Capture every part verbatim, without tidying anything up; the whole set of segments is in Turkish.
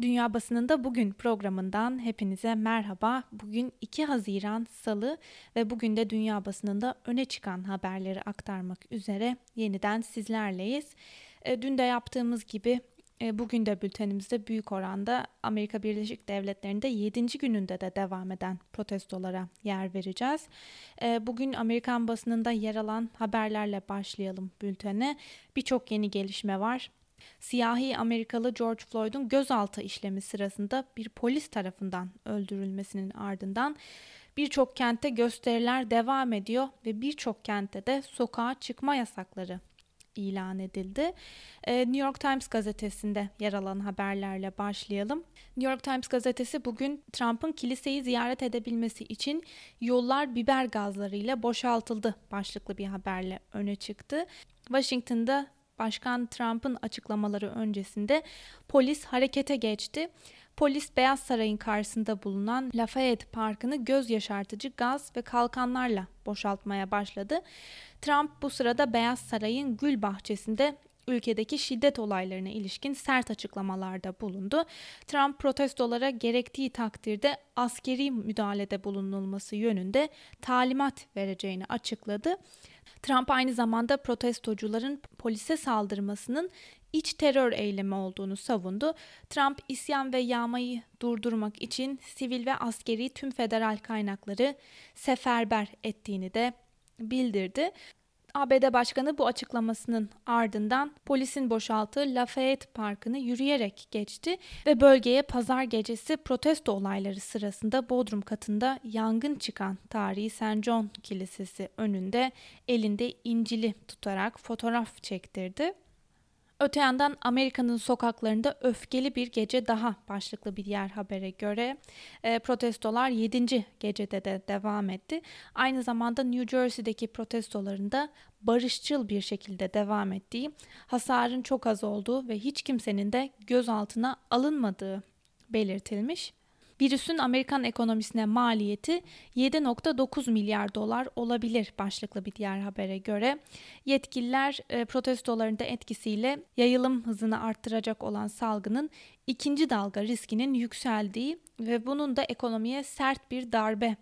Dünya Basınında Bugün programından hepinize merhaba. Bugün iki Haziran Salı ve bugün de dünya basınında öne çıkan haberleri aktarmak üzere yeniden sizlerleyiz. E, dün de yaptığımız gibi e, bugün de bültenimizde büyük oranda Amerika Birleşik Devletleri'nde yedinci gününde de devam eden protestolara yer vereceğiz. E, bugün Amerikan basınında yer alan haberlerle başlayalım bültene. Birçok yeni gelişme var. Siyahi Amerikalı George Floyd'un gözaltı işlemi sırasında bir polis tarafından öldürülmesinin ardından birçok kentte gösteriler devam ediyor ve birçok kentte de sokağa çıkma yasakları ilan edildi. New York Times gazetesinde yer alan haberlerle başlayalım. New York Times gazetesi bugün Trump'ın kiliseyi ziyaret edebilmesi için yollar biber gazlarıyla boşaltıldı başlıklı bir haberle öne çıktı. Washington'da Başkan Trump'ın açıklamaları öncesinde polis harekete geçti. Polis Beyaz Saray'ın karşısında bulunan Lafayette Parkı'nı göz yaşartıcı gaz ve kalkanlarla boşaltmaya başladı. Trump bu sırada Beyaz Saray'ın Gül Bahçesi'nde ülkedeki şiddet olaylarına ilişkin sert açıklamalarda bulundu. Trump protestolara gerektiği takdirde askeri müdahalede bulunulması yönünde talimat vereceğini açıkladı. Trump aynı zamanda protestocuların polise saldırmasının iç terör eylemi olduğunu savundu. Trump isyan ve yağmayı durdurmak için sivil ve askeri tüm federal kaynakları seferber ettiğini de bildirdi. A B D Başkanı bu açıklamasının ardından polisin boşalttığı Lafayette Parkı'nı yürüyerek geçti ve bölgeye pazar gecesi protesto olayları sırasında bodrum katında yangın çıkan tarihi Saint John Kilisesi önünde elinde İncil'i tutarak fotoğraf çektirdi. Öte yandan Amerika'nın sokaklarında öfkeli bir gece daha başlıklı bir diğer habere göre e, protestolar yedinci gecede de devam etti. Aynı zamanda New Jersey'deki protestolarında barışçıl bir şekilde devam ettiği, hasarın çok az olduğu ve hiç kimsenin de gözaltına alınmadığı belirtilmiş. Virüsün Amerikan ekonomisine maliyeti yedi virgül dokuz milyar dolar olabilir başlıklı bir diğer habere göre. Yetkililer e, protestolarında etkisiyle yayılım hızını arttıracak olan salgının ikinci dalga riskinin yükseldiği ve bunun da ekonomiye sert bir darbe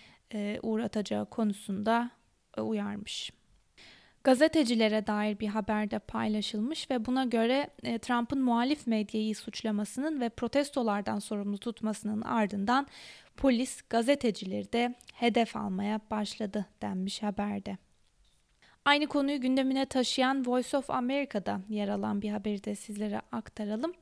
e, uğratacağı konusunda e, uyarmış. Gazetecilere dair bir haber de paylaşılmış ve buna göre e, Trump'ın muhalif medyayı suçlamasının ve protestolardan sorumlu tutmasının ardından polis gazetecileri de hedef almaya başladı denmiş haberde. Aynı konuyu gündemine taşıyan Voice of America'da yer alan bir haberi de sizlere aktaralım.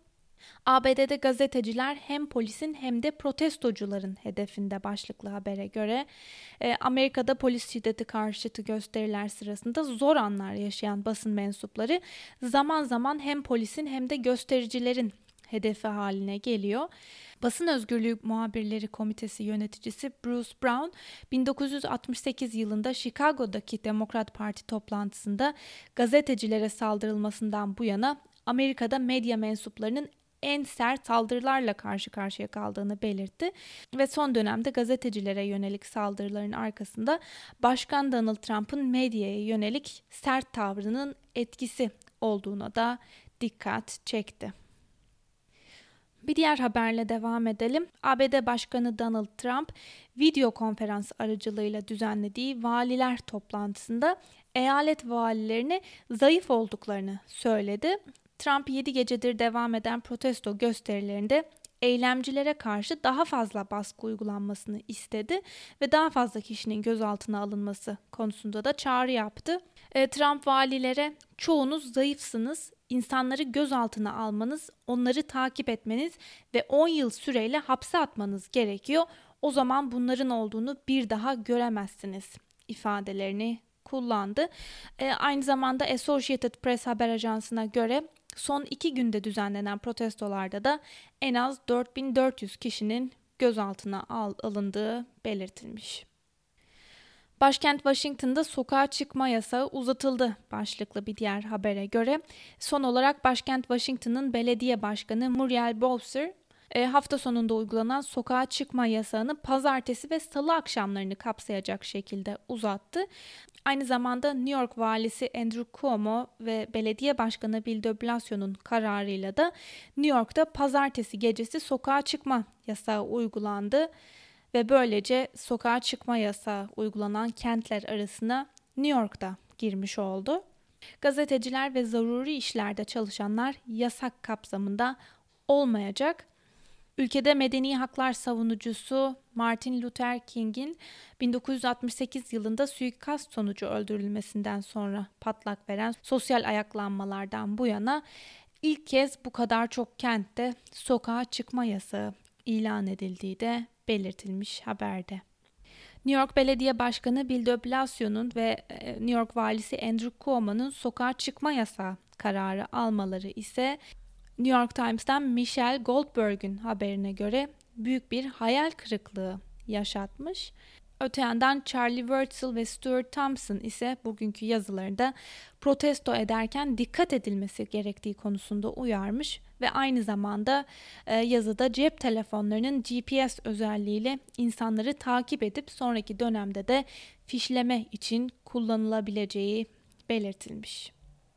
A B D'de gazeteciler hem polisin hem de protestocuların hedefinde başlıklı habere göre e, Amerika'da polis şiddeti karşıtı gösteriler sırasında zor anlar yaşayan basın mensupları zaman zaman hem polisin hem de göstericilerin hedefi haline geliyor. Basın Özgürlüğü Muhabirleri Komitesi yöneticisi Bruce Brown, bin dokuz yüz altmış sekiz yılında Chicago'daki Demokrat Parti toplantısında gazetecilere saldırılmasından bu yana Amerika'da medya mensuplarının en sert saldırılarla karşı karşıya kaldığını belirtti ve son dönemde gazetecilere yönelik saldırıların arkasında Başkan Donald Trump'ın medyaya yönelik sert tavrının etkisi olduğuna da dikkat çekti. Bir diğer haberle devam edelim. A B D Başkanı Donald Trump video konferans aracılığıyla düzenlediği valiler toplantısında eyalet valilerine zayıf olduklarını söyledi. Trump yedi gecedir devam eden protesto gösterilerinde eylemcilere karşı daha fazla baskı uygulanmasını istedi ve daha fazla kişinin gözaltına alınması konusunda da çağrı yaptı. E, Trump valilere çoğunuz zayıfsınız, insanları gözaltına almanız, onları takip etmeniz ve on yıl süreyle hapse atmanız gerekiyor. O zaman bunların olduğunu bir daha göremezsiniz ifadelerini kullandı. E, aynı zamanda Associated Press haber ajansına göre son iki günde düzenlenen protestolarda da en az dört bin dört yüz kişinin gözaltına al- alındığı belirtilmiş. Başkent Washington'da sokağa çıkma yasağı uzatıldı başlıklı bir diğer habere göre. Son olarak başkent Washington'ın belediye başkanı Muriel Bowser, E, hafta sonunda uygulanan sokağa çıkma yasağını pazartesi ve salı akşamlarını kapsayacak şekilde uzattı. Aynı zamanda New York valisi Andrew Cuomo ve belediye başkanı Bill de Blasio'nun kararıyla da New York'ta pazartesi gecesi sokağa çıkma yasağı uygulandı ve böylece sokağa çıkma yasağı uygulanan kentler arasına New York'ta girmiş oldu. Gazeteciler ve zaruri işlerde çalışanlar yasak kapsamında olmayacak. Ülkede medeni haklar savunucusu Martin Luther King'in bin dokuz yüz altmış sekiz yılında suikast sonucu öldürülmesinden sonra patlak veren sosyal ayaklanmalardan bu yana ilk kez bu kadar çok kentte sokağa çıkma yasağı ilan edildiği de belirtilmiş haberde. New York Belediye Başkanı Bill de Blasio'nun ve New York Valisi Andrew Cuomo'nun sokağa çıkma yasağı kararı almaları ise New York Times'tan Michelle Goldberg'ün haberine göre büyük bir hayal kırıklığı yaşatmış. Öte yandan Charlie Wurzel ve Stuart Thompson ise bugünkü yazılarında protesto ederken dikkat edilmesi gerektiği konusunda uyarmış ve aynı zamanda e, yazıda cep telefonlarının G P S özelliğiyle insanları takip edip sonraki dönemde de fişleme için kullanılabileceği belirtilmiş.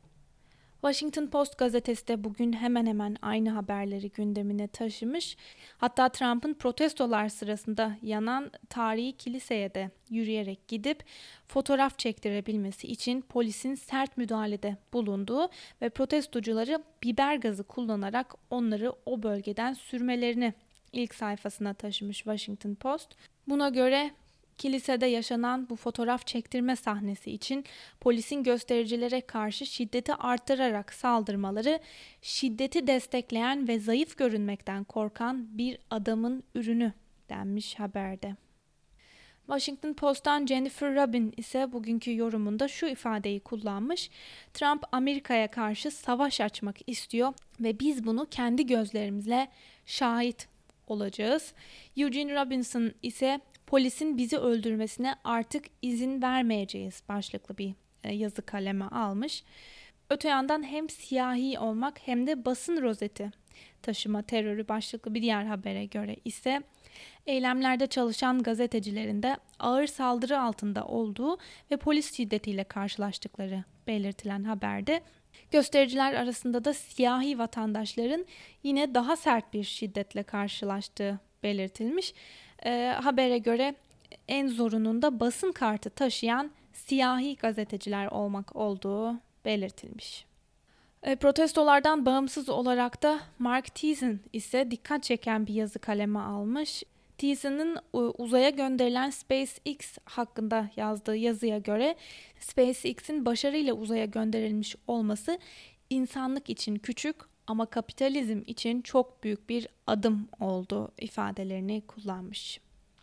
Washington Post gazetesi de bugün hemen hemen aynı haberleri gündemine taşımış. Hatta Trump'ın protestolar sırasında yanan tarihi kiliseye de yürüyerek gidip fotoğraf çektirebilmesi için polisin sert müdahalede bulunduğu ve protestocuları biber gazı kullanarak onları o bölgeden sürmelerini ilk sayfasına taşımış Washington Post. Buna göre kilisede yaşanan bu fotoğraf çektirme sahnesi için polisin göstericilere karşı şiddeti artırarak saldırmaları, şiddeti destekleyen ve zayıf görünmekten korkan bir adamın ürünü denmiş haberde. Washington Post'tan Jennifer Rubin ise bugünkü yorumunda şu ifadeyi kullanmış: Trump Amerika'ya karşı savaş açmak istiyor ve biz bunu kendi gözlerimizle şahit olacağız. Eugene Robinson ise polisin bizi öldürmesine artık izin vermeyeceğiz başlıklı bir yazı kaleme almış. Öte yandan hem siyahi olmak hem de basın rozeti taşıma terörü başlıklı bir diğer habere göre ise eylemlerde çalışan gazetecilerin de ağır saldırı altında olduğu ve polis şiddetiyle karşılaştıkları belirtilen haberde göstericiler arasında da siyahi vatandaşların yine daha sert bir şiddetle karşılaştığı belirtilmiş. E, habere göre en zorunun da basın kartı taşıyan siyahi gazeteciler olmak olduğu belirtilmiş. E, protestolardan bağımsız olarak da Mark Thiessen ise dikkat çeken bir yazı kaleme almış. Thiessen'ın uzaya gönderilen SpaceX hakkında yazdığı yazıya göre SpaceX'in başarıyla uzaya gönderilmiş olması insanlık için küçük ama kapitalizm için çok büyük bir adım oldu ifadelerini kullanmış.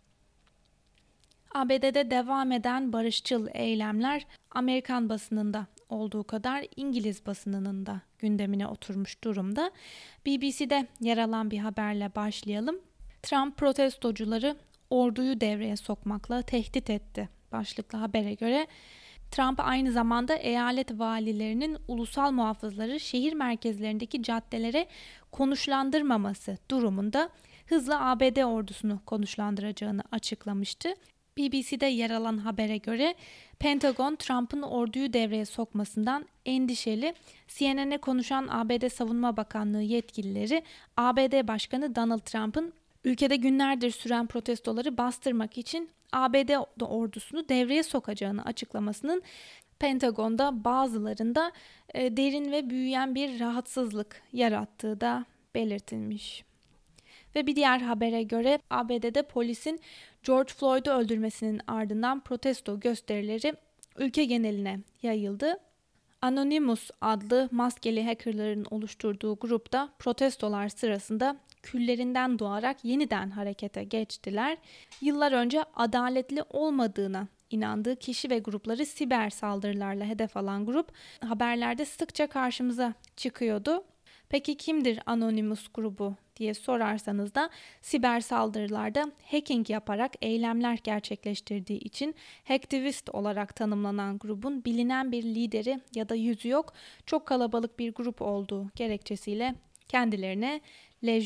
A B D'de devam eden barışçıl eylemler Amerikan basınında olduğu kadar İngiliz basınının da gündemine oturmuş durumda. B B C'de yer alan bir haberle başlayalım. Trump protestocuları orduyu devreye sokmakla tehdit etti başlıklı habere göre Trump aynı zamanda eyalet valilerinin ulusal muhafızları şehir merkezlerindeki caddelere konuşlandırmaması durumunda hızla A B D ordusunu konuşlandıracağını açıklamıştı. B B C'de yer alan habere göre Pentagon Trump'ın orduyu devreye sokmasından endişeli. C N N'e konuşan A B D Savunma Bakanlığı yetkilileri A B D Başkanı Donald Trump'ın ülkede günlerdir süren protestoları bastırmak için A B D ordusunu devreye sokacağını açıklamasının Pentagon'da bazılarında e, derin ve büyüyen bir rahatsızlık yarattığı da belirtilmiş. Ve bir diğer habere göre A B D'de polisin George Floyd'u öldürmesinin ardından protesto gösterileri ülke geneline yayıldı. Anonymous adlı maskeli hackerların oluşturduğu grupta protestolar sırasında küllerinden doğarak yeniden harekete geçtiler. Yıllar önce adaletli olmadığına inandığı kişi ve grupları siber saldırılarla hedef alan grup haberlerde sıkça karşımıza çıkıyordu. Peki kimdir Anonymous grubu diye sorarsanız da siber saldırılarda hacking yaparak eylemler gerçekleştirdiği için hacktivist olarak tanımlanan grubun bilinen bir lideri ya da yüzü yok, çok kalabalık bir grup olduğu gerekçesiyle kendilerine Lejyon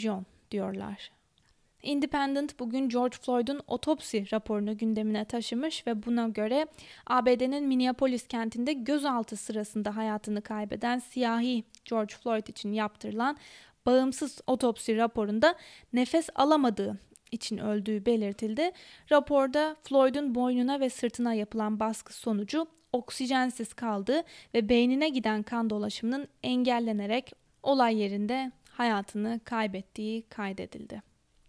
diyorlar. Independent bugün George Floyd'un otopsi raporunu gündemine taşımış ve buna göre A B D'nin Minneapolis kentinde gözaltı sırasında hayatını kaybeden siyahi George Floyd için yaptırılan bağımsız otopsi raporunda nefes alamadığı için öldüğü belirtildi. Raporda Floyd'un boynuna ve sırtına yapılan baskı sonucu oksijensiz kaldığı ve beynine giden kan dolaşımının engellenerek olay yerinde hayatını kaybettiği kaydedildi.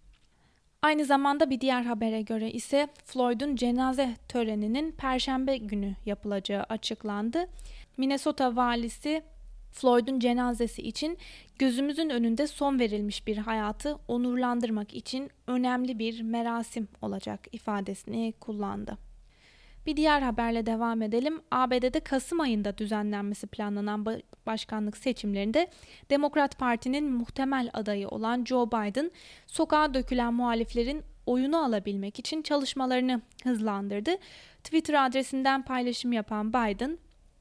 Aynı zamanda bir diğer habere göre ise Floyd'un cenaze töreninin Perşembe günü yapılacağı açıklandı. Minnesota valisi Floyd'un cenazesi için gözümüzün önünde son verilmiş bir hayatı onurlandırmak için önemli bir merasim olacak ifadesini kullandı. Bir diğer haberle devam edelim. A B D'de Kasım ayında düzenlenmesi planlanan başkanlık seçimlerinde Demokrat Parti'nin muhtemel adayı olan Joe Biden, sokağa dökülen muhaliflerin oyunu alabilmek için çalışmalarını hızlandırdı. Twitter adresinden paylaşım yapan Biden,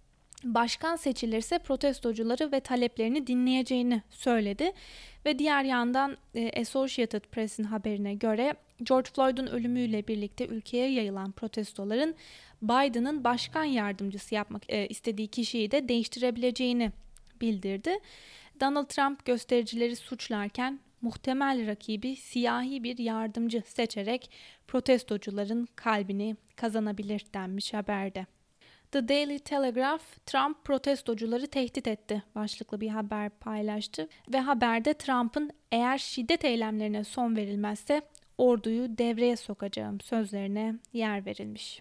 başkan seçilirse protestocuları ve taleplerini dinleyeceğini söyledi ve diğer yandan Associated Press'in haberine göre George Floyd'un ölümüyle birlikte ülkeye yayılan protestoların Biden'ın başkan yardımcısı yapmak istediği kişiyi de değiştirebileceğini bildirdi. Donald Trump göstericileri suçlarken muhtemel rakibi siyahi bir yardımcı seçerek protestocuların kalbini kazanabilir denmiş haberde. The Daily Telegraph, Trump protestocuları tehdit etti başlıklı bir haber paylaştı ve haberde Trump'ın eğer şiddet eylemlerine son verilmezse orduyu devreye sokacağım sözlerine yer verilmiş.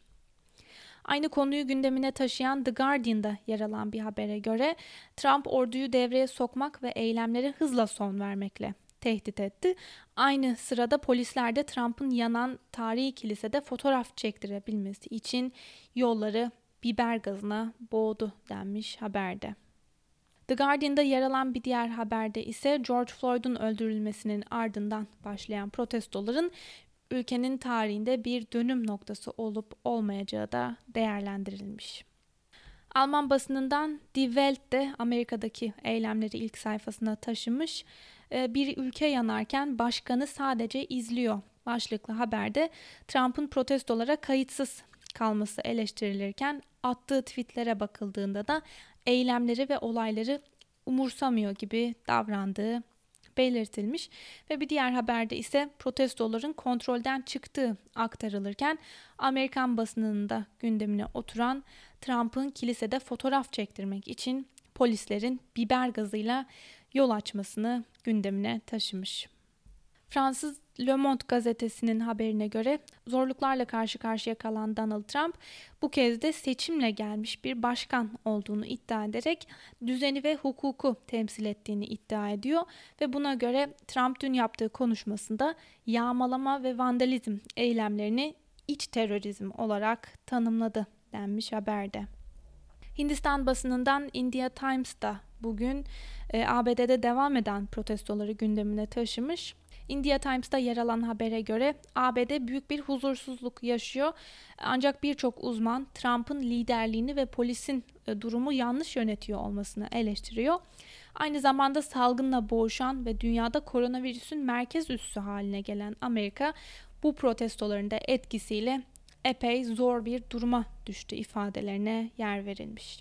Aynı konuyu gündemine taşıyan The Guardian'da yer alan bir habere göre Trump orduyu devreye sokmak ve eylemlere hızla son vermekle tehdit etti. Aynı sırada polisler de Trump'ın yanan tarihi kilisede fotoğraf çektirebilmesi için yolları biber gazına boğdu denmiş haberde. The Guardian'da yer alan bir diğer haberde ise George Floyd'un öldürülmesinin ardından başlayan protestoların ülkenin tarihinde bir dönüm noktası olup olmayacağı da değerlendirilmiş. Alman basınından Die Welt de Amerika'daki eylemleri ilk sayfasına taşımış. Bir ülke yanarken başkanı sadece izliyor başlıklı haberde Trump'ın protestolara kayıtsız kalması eleştirilirken attığı tweetlere bakıldığında da eylemleri ve olayları umursamıyor gibi davrandığı belirtilmiş ve bir diğer haberde ise protestoların kontrolden çıktığı aktarılırken Amerikan basınının da gündemine oturan Trump'ın kilisede fotoğraf çektirmek için polislerin biber gazıyla yol açmasını gündemine taşımış. Fransız Le Monde gazetesinin haberine göre zorluklarla karşı karşıya kalan Donald Trump bu kez de seçimle gelmiş bir başkan olduğunu iddia ederek düzeni ve hukuku temsil ettiğini iddia ediyor ve buna göre Trump dün yaptığı konuşmasında yağmalama ve vandalizm eylemlerini iç terörizm olarak tanımladı denmiş haberde. Hindistan basınından India Times da bugün e, A B D'de devam eden protestoları gündemine taşımış. India Times'ta yer alan habere göre A B D büyük bir huzursuzluk yaşıyor. Ancak birçok uzman Trump'ın liderliğini ve polisin durumu yanlış yönetiyor olmasını eleştiriyor. Aynı zamanda salgınla boğuşan ve dünyada koronavirüsün merkez üssü haline gelen Amerika bu protestoların da etkisiyle epey zor bir duruma düştü ifadelerine yer verilmiş.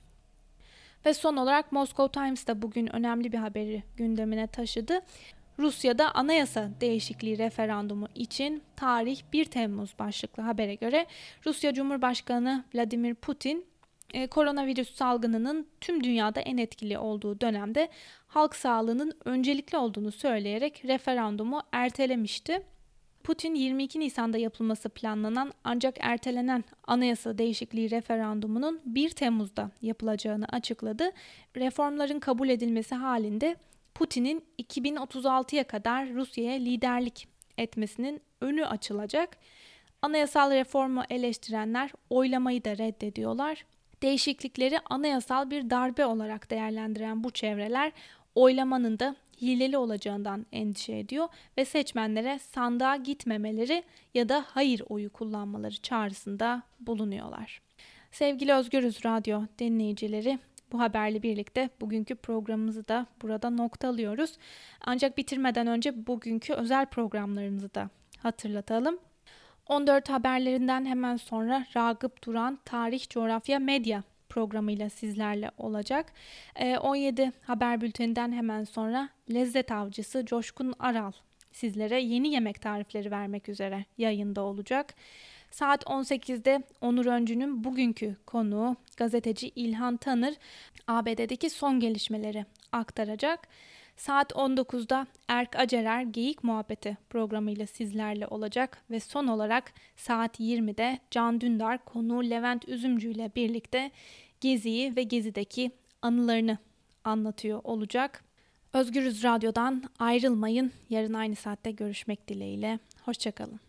Ve son olarak Moscow Times da bugün önemli bir haberi gündemine taşıdı. Rusya'da anayasa değişikliği referandumu için tarih bir Temmuz başlıklı habere göre Rusya Cumhurbaşkanı Vladimir Putin e, koronavirüs salgınının tüm dünyada en etkili olduğu dönemde halk sağlığının öncelikli olduğunu söyleyerek referandumu ertelemişti. Putin yirmi iki Nisan'da yapılması planlanan ancak ertelenen anayasa değişikliği referandumunun bir Temmuz'da yapılacağını açıkladı. Reformların kabul edilmesi halinde Putin'in iki bin otuz altıya kadar Rusya'ya liderlik etmesinin önü açılacak. Anayasal reformu eleştirenler oylamayı da reddediyorlar. Değişiklikleri anayasal bir darbe olarak değerlendiren bu çevreler oylamanın da hileli olacağından endişe ediyor ve seçmenlere sandığa gitmemeleri ya da hayır oyu kullanmaları çağrısında bulunuyorlar. Sevgili Özgürüz Radyo dinleyicileri, Bu haberle birlikte bugünkü programımızı da burada noktalıyoruz. Ancak bitirmeden önce bugünkü özel programlarımızı da hatırlatalım. on dört haberlerinden hemen sonra Ragıp Duran Tarih, Coğrafya, Medya programıyla sizlerle olacak. on yedi haber bülteninden hemen sonra lezzet avcısı Coşkun Aral sizlere yeni yemek tarifleri vermek üzere yayında olacak. Saat on sekizde Onur Öncü'nün bugünkü konuğu gazeteci İlhan Tanır A B D'deki son gelişmeleri aktaracak. Saat on dokuzda Erk Acerer Geyik Muhabbeti programıyla sizlerle olacak ve son olarak saat yirmide Can Dündar konuğu Levent Üzümcü ile birlikte Gezi'yi ve Gezi'deki anılarını anlatıyor olacak. Özgürüz Radyo'dan ayrılmayın. Yarın aynı saatte görüşmek dileğiyle. Hoşça kalın.